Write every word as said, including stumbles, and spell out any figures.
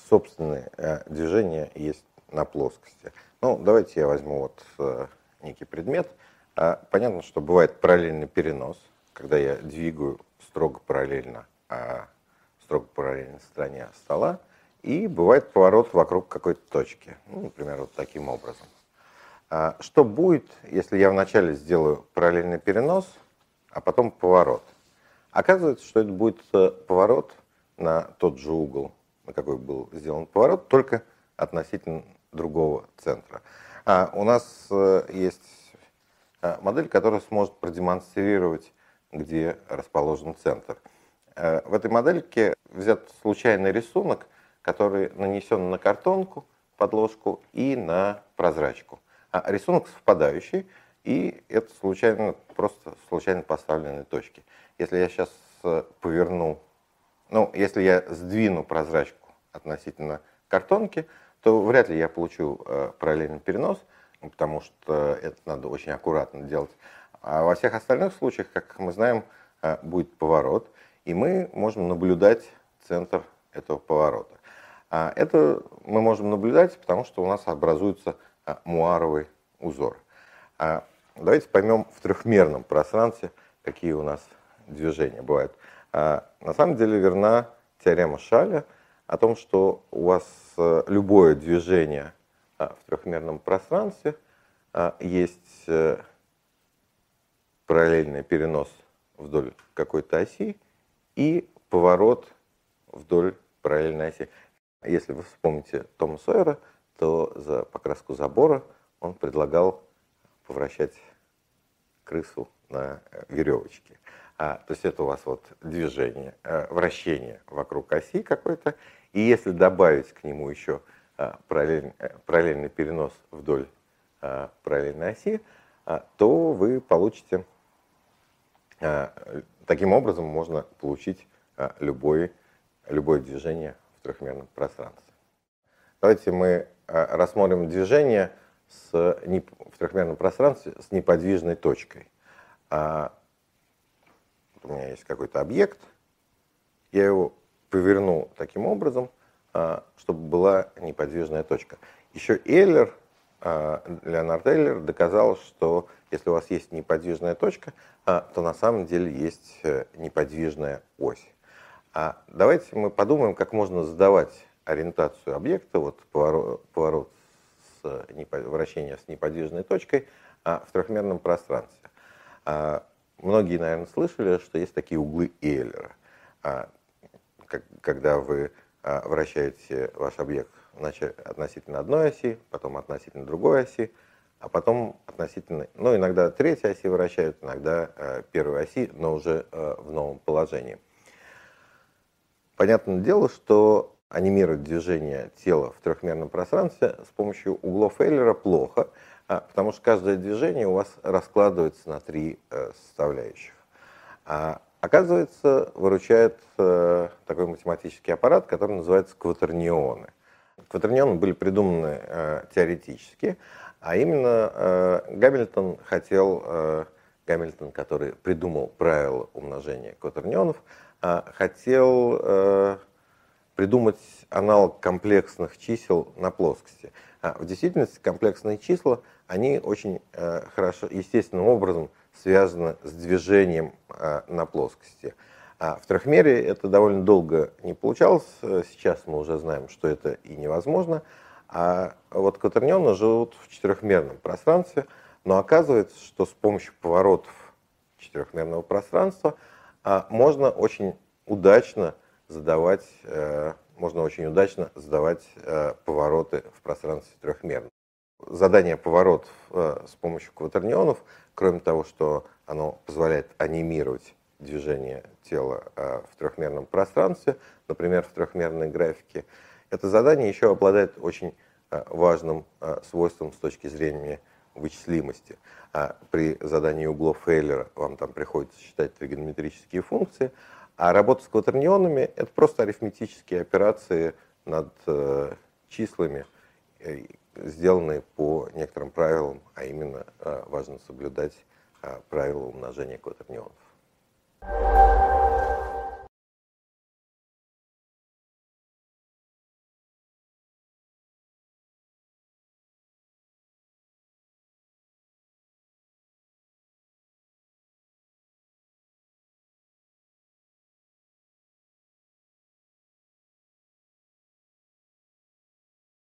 собственные э, движения есть на плоскости. Ну, давайте я возьму вот э, некий предмет. А, понятно, что бывает параллельный перенос, когда я двигаю строго параллельно, а, строго параллельно стороне стола, и бывает поворот вокруг какой-то точки, ну, например, вот таким образом. А, что будет, если я вначале сделаю параллельный перенос, а потом поворот? Оказывается, что это будет поворот на тот же угол, на какой был сделан поворот, только относительно другого центра. А у нас есть модель, которая сможет продемонстрировать, где расположен центр. В этой модельке взят случайный рисунок, который нанесен на картонку, подложку и на прозрачку. А рисунок совпадающий, и это случайно, просто случайно поставленные точки. Если я сейчас поверну, ну, если я сдвину прозрачку относительно картонки, то вряд ли я получу э, параллельный перенос, потому что это надо очень аккуратно делать. А во всех остальных случаях, как мы знаем, э, будет поворот, и мы можем наблюдать центр этого поворота. А это мы можем наблюдать, потому что у нас образуется э, муаровый узор. А давайте поймем в трехмерном пространстве, какие у нас движения бывают. А, на самом деле верна теорема Шаля о том, что у вас а, любое движение а, в трехмерном пространстве а, есть а, параллельный перенос вдоль какой-то оси и поворот вдоль параллельной оси. Если вы вспомните Тома Сойера, то за покраску забора он предлагал повращать крысу на веревочке. А, то есть это у вас вот движение, а, вращение вокруг оси какой-то, и если добавить к нему еще а, параллель, параллельный перенос вдоль а, параллельной оси, а, то вы получите, а, таким образом можно получить а, любой, любое движение в трехмерном пространстве. Давайте мы а, рассмотрим движение с, в трехмерном пространстве с неподвижной точкой. А, у меня есть какой-то объект, я его поверну таким образом, чтобы была неподвижная точка. Еще Эйлер, Леонард Эйлер доказал, что если у вас есть неподвижная точка, то на самом деле есть неподвижная ось. Давайте мы подумаем, как можно задавать ориентацию объекта, вот поворот, поворот с, вращение с неподвижной точкой в трехмерном пространстве. Многие, наверное, слышали, что есть такие углы Эйлера. Когда вы вращаете ваш объект относительно одной оси, потом относительно другой оси, а потом относительно, ну, иногда третьей оси вращают, иногда первой оси, но уже в новом положении. Понятное дело, что анимировать движение тела в трехмерном пространстве с помощью углов Эйлера плохо, потому что каждое движение у вас раскладывается на три э, составляющих. А, оказывается, выручает э, такой математический аппарат, который называется кватернионы. Кватернионы были придуманы э, теоретически, а именно э, Гамильтон хотел, э, Гамильтон, который придумал правила умножения кватернионов, э, хотел э, придумать аналог комплексных чисел на плоскости. А в действительности комплексные числа, они очень э, хорошо, естественным образом связаны с движением э, на плоскости. А в трехмере это довольно долго не получалось, сейчас мы уже знаем, что это и невозможно. А вот кватернионы живут в четырехмерном пространстве, но оказывается, что с помощью поворотов четырехмерного пространства э, можно очень удачно задавать, э, можно очень удачно задавать э, повороты в пространстве трехмерном. Задание поворотов э, с помощью кватернионов, кроме того, что оно позволяет анимировать движение тела э, в трехмерном пространстве, например, в трехмерной графике, это задание еще обладает очень э, важным э, свойством с точки зрения вычислимости. А при задании углов Эйлера вам там приходится считать тригонометрические функции, а работа с кватернионами – это просто арифметические операции над э, числами, э, сделанные по некоторым правилам, а именно э, важно соблюдать э, правила умножения кватернионов.